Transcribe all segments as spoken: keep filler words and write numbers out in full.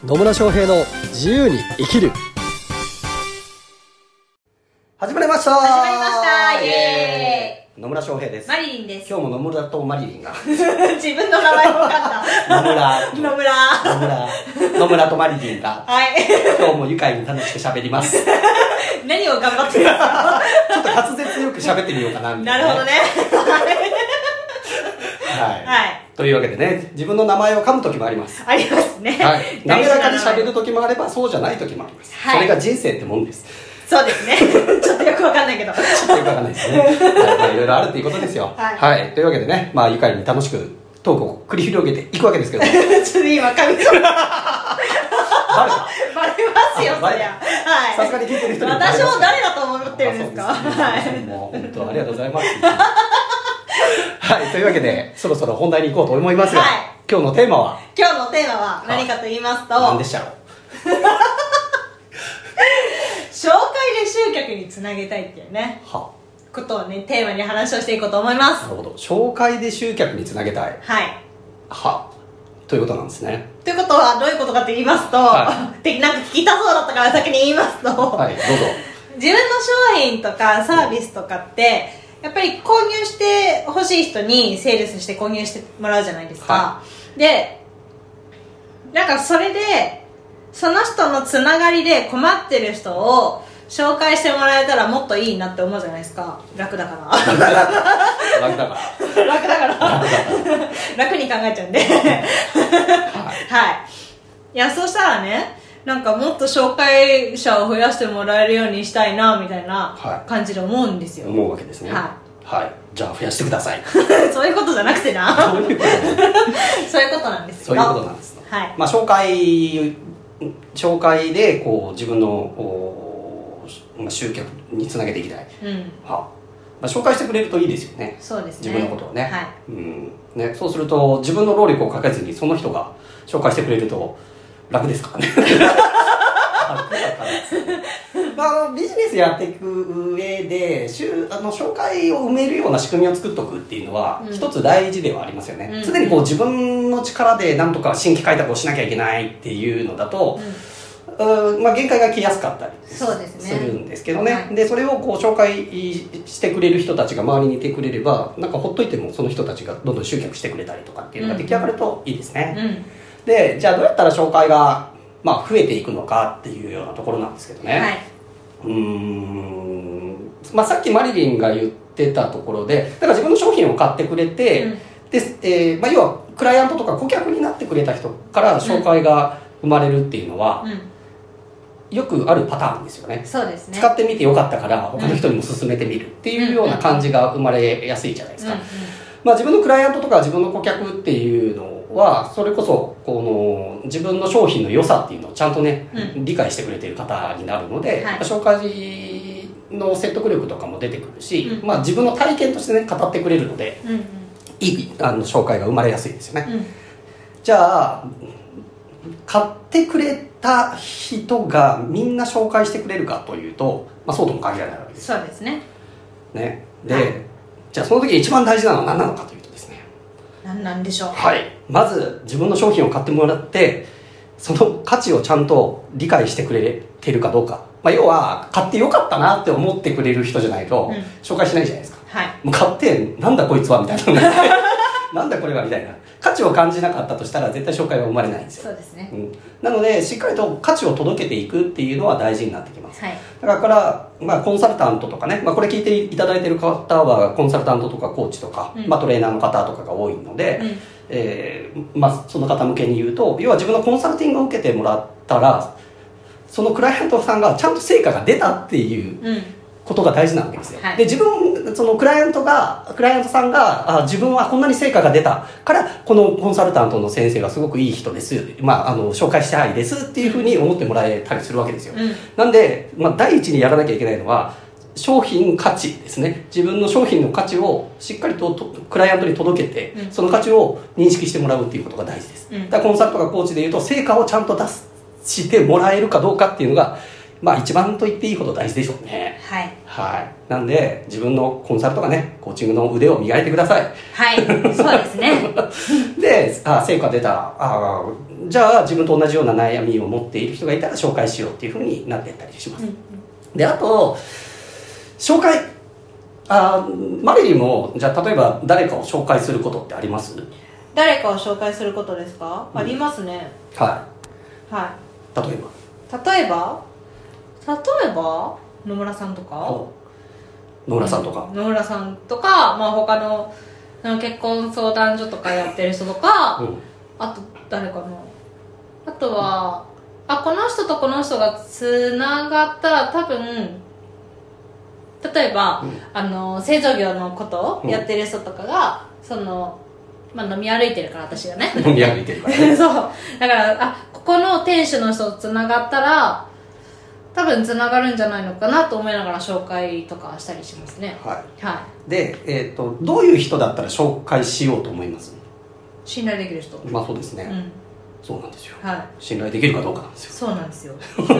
野村翔平の自由に生きる。始まりました始まりましたイエーイ。野村翔平です。 マリリンです。 今日も野村とマリリンが自分の名前も分かった野村野村野村野村とマリリンがはい今日も愉快に楽しく喋ります何を頑張ってるんですかちょっと滑舌よく喋ってみようかなみたいな、ね、 なるほどねはい、 はい、 というわけでね、自分の名前を噛む時もあります。 ありますね、 はい、滑らかに喋る時もあればそうじゃない時もあります、はい、それが人生ってもんです。 そうですねちょっとよくわかんないけどちょっとよくわかんないですね、はい、まあいろいろあるっていうことですよ。 はい、 はい、というわけでね、まあ愉快に楽しくトークを繰り広げていくわけですけどちょっと今髪のバレたバレますよそりゃ。はい、 さすがに聞いてる人に私も誰だと思ってるんですか。 はい、もう本当ありがとうございますはい、というわけでそろそろ本題に行こうと思いますが、はい、今日のテーマは今日のテーマは何かと言いますと、 何でしたろう紹介で集客につなげたいっていうね、はことをねテーマに話をしていこうと思います。 なるほど、紹介で集客につなげたい。 はいはということなんですね。 ということはどういうことかって言いますと、はい、なんか聞きたそうだったから先に言いますと、 はいどうぞ。 自分の商品とかサービスとかってやっぱり購入してほしい人にセールスして購入してもらうじゃないですか、はい、でなんかそれでその人のつながりで困ってる人を紹介してもらえたらもっといいなって思うじゃないですか。楽だから楽だから楽だから楽に考えちゃうんではい、はい、いやそうしたらね、なんかもっと紹介者を増やしてもらえるようにしたいなみたいな感じで思うんですよ、 はい、思うわけですね。はい、はい、じゃあ増やしてくださいそういうことじゃなくてなそういうことそういうことなんですよ。 そういうことなんです、はい、まあ紹介紹介でこう自分のまあ、集客につなげていきたい、うんはまあ、紹介してくれるといいですよね。 そうですね、 自分のことをね、はいうんね、そうすると自分の労力をかけずにその人が紹介してくれると楽ですからねまあ、ビジネスやっていく上であの紹介を埋めるような仕組みを作っておくっていうのは、うん、一つ大事ではありますよね、うん、常にこう自分の力で何とか新規開拓をしなきゃいけないっていうのだと、うんまあ、限界が来やすかったりするんですけどね。はい、でそれをこう紹介してくれる人たちが周りにいてくれれば、なんかほっといてもその人たちがどんどん集客してくれたりとかっていうのが出来上がるといいですね。うんうん、でじゃあどうやったら紹介が、まあ、増えていくのかっていうようなところなんですけどね。はい、うーん、まあ、さっきマリリンが言ってたところで、だから自分の商品を買ってくれて、うん、でえーまあ、要はクライアントとか顧客になってくれた人から紹介が生まれるっていうのは、うんうんよくあるパターンですよね。 そうですね。 使ってみてよかったから他の人にも勧めてみるっていうような感じが生まれやすいじゃないですか。うんうん、まあ、自分のクライアントとか自分の顧客っていうのはそれこそこの自分の商品の良さっていうのをちゃんとね、うん、理解してくれている方になるので、はい、紹介の説得力とかも出てくるし、うんまあ、自分の体験としてね語ってくれるので、うんうん、いいあの紹介が生まれやすいですよね。うん、じゃあ買ってくれた人がみんな紹介してくれるかというと、まあ、そうとも限らないわけです。 そうですね。 ねで、はい、じゃあその時一番大事なのは何なのかというとですね、 何なんでしょう。 はい、まず自分の商品を買ってもらってその価値をちゃんと理解してくれてるかどうか、まあ、要は買ってよかったなって思ってくれる人じゃないと紹介しないじゃないですか。うんはい、もう買ってなんだこいつはみたいななんだこれはみたいな価値を感じなかったとしたら絶対紹介は生まれないんですよ。 そうですね、 うん、なのでしっかりと価値を届けていくっていうのは大事になってきます、はい、だから、まあ、コンサルタントとかね、まあ、これ聞いていただいている方はコンサルタントとかコーチとか、うんまあ、トレーナーの方とかが多いので、うんえーまあ、その方向けに言うと要は自分のコンサルティングを受けてもらったらそのクライアントさんがちゃんと成果が出たっていう、うんことが大事なわけですよ、はい、で自分そのクライアントがクライアントさんがあ自分はこんなに成果が出たからこのコンサルタントの先生がすごくいい人です、まあ、あの紹介したいですっていうふうに思ってもらえたりするわけですよ、うん、なんで、まあ、第一にやらなきゃいけないのは商品価値ですね。自分の商品の価値をしっかりとクライアントに届けて、うん、その価値を認識してもらうっていうことが大事です、うん、だからコンサルとかコーチでいうと成果をちゃんと出してもらえるかどうかっていうのがまあ一番と言っていいほど大事でしょうね。 はい。 はい、なんで自分のコンサルとかねコーチングの腕を磨いてください。 はいそうですねであ成果出たらあじゃあ自分と同じような悩みを持っている人がいたら紹介しようっていうふうになっていったりします、うんうん、であと紹介あマリリンもじゃあ例えば誰かを紹介することってあります？ 誰かを紹介することですか、うん、ありますね。 はいはい。 例えば例えば例えば野村さんとか野村さんとか、 うん、野村さんとか、まあ、他の結婚相談所とかやってる人とか、うん、あと誰かなあとは、うん、あこの人とこの人がつながったら多分例えば、うん、あの製造業のことをやってる人とかが、うん、そのまあ、飲み歩いてるから私がね飲み歩いてるからねそうだからあここの店主の人とつながったら多分つながるんじゃないのかなと思いながら紹介とかしたりしますね。 はい、 はい、 で、えーと、どういう人だったら紹介しようと思います？ 信頼できる人。 まあそうですね、うん、そうなんですよ、はい、信頼できるかどうかなんですよ。 そうなんですよ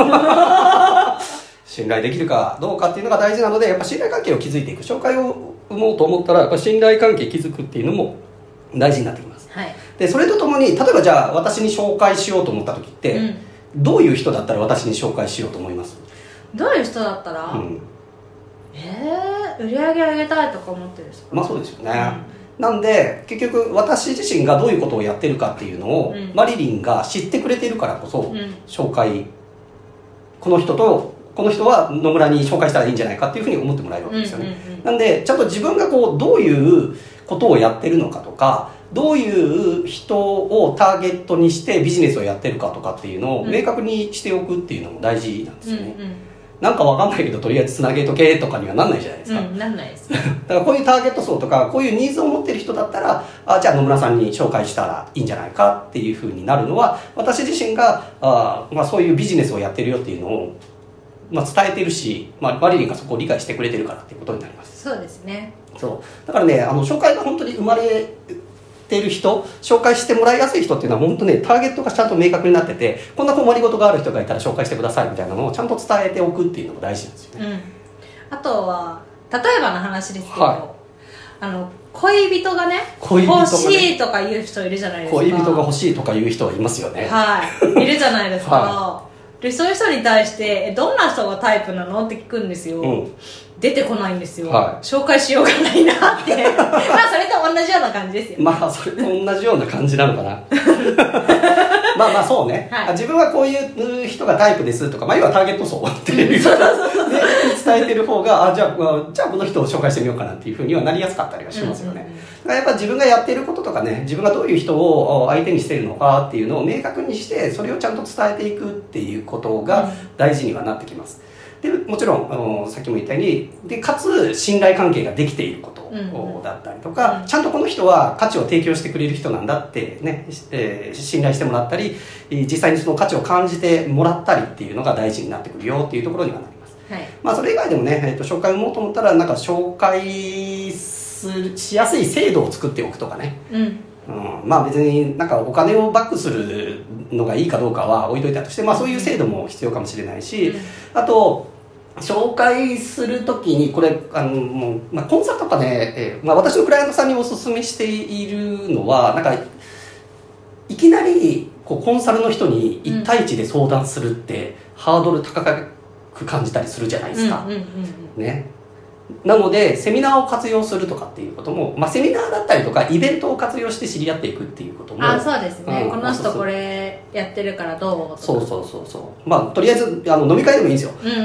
信頼できるかどうかっていうのが大事なのでやっぱ信頼関係を築いていく紹介を生もうと思ったらやっぱ信頼関係築くっていうのも大事になってきます、はい、でそれとともに例えばじゃあ私に紹介しようと思った時って、うん、どういう人だったら私に紹介しようと思います？ どういう人だったら、うん、えー、売り上げ上げたいとか思ってる人。 まあそうですよね、うん、なんで結局私自身がどういうことをやってるかっていうのを、うん、マリリンが知ってくれてるからこそ、うん、紹介この人とこの人は野村に紹介したらいいんじゃないかっていうふうに思ってもらえるわけですよね、うんうんうん、なんでちゃんと自分がこうどういうことをやってるのかとかどういう人をターゲットにしてビジネスをやってるかとかっていうのを明確にしておくっていうのも大事なんですよね、うんうん、なんかわかんないけどとりあえずつなげとけとかにはなんないじゃないですか、 うん、なんないですだからこういうターゲット層とかこういうニーズを持ってる人だったらあじゃあ野村さんに紹介したらいいんじゃないかっていうふうになるのは私自身があ、まあ、そういうビジネスをやってるよっていうのをまあ、伝えてるし、まあ、マリリンがそこを理解してくれてるからっていうことになります。 そうですね。 そうだからねあの紹介が本当に生まれてる人紹介してもらいやすい人っていうのは本当ねターゲットがちゃんと明確になっててこんな困りごとがある人がいたら紹介してくださいみたいなのをちゃんと伝えておくっていうのも大事なんですよね、 うん、あとは例えばの話ですけど、はい、あの恋人がね恋人がね欲しいとか言う人いるじゃないですか。 恋人が欲しいとか言う人はいますよね。 はいいるじゃないですか、 はいでそういう人に対してどんな人がタイプなのって聞くんですよ、うん、出てこないんですよ、はい、紹介しようがないなってまあそれと同じような感じですよ。 まあそれと同じような感じなのかなまあまあそうね、はい、自分はこういう人がタイプですとか、まあ、要はターゲット層っていう伝えてる方があじゃあじゃあこの人を紹介してみようかなっていうふうにはなりやすかったりはしますよね、うんうんうん、だからやっぱ自分がやっていることとかね自分がどういう人を相手にしているのかっていうのを明確にしてそれをちゃんと伝えていくっていうことが大事にはなってきます、でもちろんあのさっきも言ったようにでかつ信頼関係ができていることだったりとか、うんうん、ちゃんとこの人は価値を提供してくれる人なんだってね、えー、信頼してもらったり実際にその価値を感じてもらったりっていうのが大事になってくるよっていうところにはなります、はい、まあそれ以外でもね、えー、と紹介をもうと思ったらなんか紹介すしやすい制度を作っておくとかね、うんうん、まあ別になんかお金をバックするのがいいかどうかは置いといたとして、まあそういう制度も必要かもしれないし、うん、あと紹介するときにこれあのもう、まあ、コンサルとかね、えーまあ、私のクライアントさんにお勧めしているのはなんかいきなりこうコンサルの人にいち対いちで相談するって、うん、ハードル高く感じたりするじゃないですか、うんうんうんうん、ね。なのでセミナーを活用するとかっていうことも、まあ、セミナーだったりとかイベントを活用して知り合っていくっていうこともあそうですね、うん、この人これやってるからどうとかそうそうそうそうまあとりあえずあの飲み会でもいいんですよ、うん、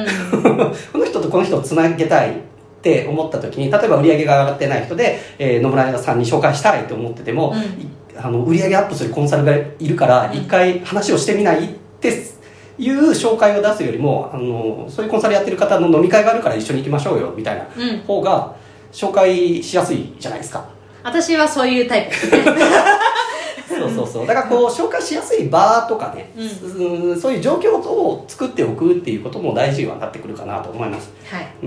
この人とこの人をつなげたいって思った時に例えば売り上げが上がってない人で、えー、野村さんに紹介したいと思ってても、うん、あの売り上げアップするコンサルがいるから一回話をしてみないっていう紹介を出すよりもあのそういうコンサルやってる方の飲み会があるから一緒に行きましょうよみたいな方が紹介しやすいじゃないですか、 うん、私はそういうタイプそうそうそうだからこう紹介しやすい場とかね、うん、そういう状況を作っておくっていうことも大事にはなってくるかなと思います、はいうん、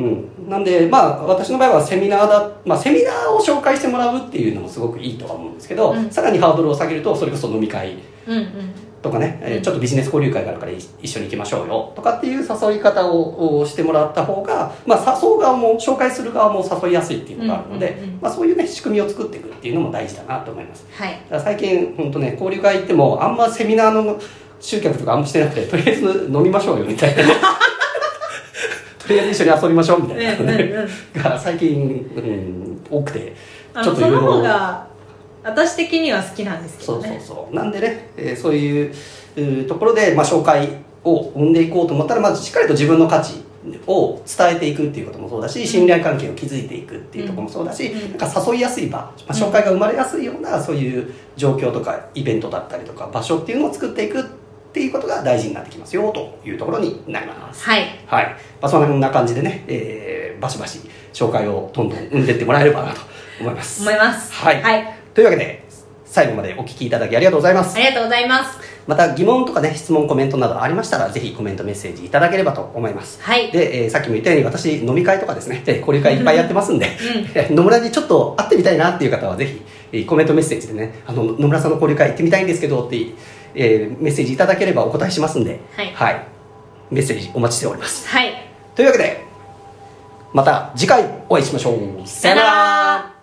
なんでまあ私の場合はセミナーだ、まあ、セミナーを紹介してもらうっていうのもすごくいいとは思うんですけど、うん、さらにハードルを下げるとそれこそ飲み会、うんうんとかね、えーちょっとビジネス交流会があるからい一緒に行きましょうよとかっていう誘い方ををしてもらった方が、まあ、誘う側も紹介する側も誘いやすいっていうのがあるので、 うんうんうんまあ、そういうね仕組みを作っていくっていうのも大事だなと思います。 はい。 だから最近本当ね交流会行ってもあんまセミナーの集客とかあんましてなくて、とりあえず飲みましょうよみたいなとりあえず一緒に遊びましょうみたいな、 うんうんうんが最近、うん、多くてあのその方が私的には好きなんですけそうそうどね。 そうなんでね、えーそういううーところで、まあ、紹介を生んでいこうと思ったら、まずしっかりと自分の価値を伝えていくっていうこともそうだし、信頼関係を築いていくっていうところもそうだし、 うんなんか誘いやすい場、まあ、紹介が生まれやすいようなそういう状況とかイベントだったりとか場所っていうのを作っていくっていうことが大事になってきますよというところになります。 はい。 はい、まあ、そんな感じでね、えーバシバシ紹介をどんどん生んでってもらえればなと思います。 思います。 はい、 はい。 というわけで最後までお聞きいただきありがとうございますあ。りがとうございます。 また疑問とかね質問コメントなどありましたらぜひコメントメッセージいただければと思います。 はい。 で、えーさっきも言ったように私飲み会とかですねで交流会いっぱいやってますんで、 う野村にちょっと会ってみたいなっていう方はぜひ、えーコメントメッセージでねあの野村さんの交流会行ってみたいんですけどって、えーメッセージいただければお答えしますんで、 はいメッセージお待ちしております。 はい。 というわけでまた次回お会いしましょう。 さよなら。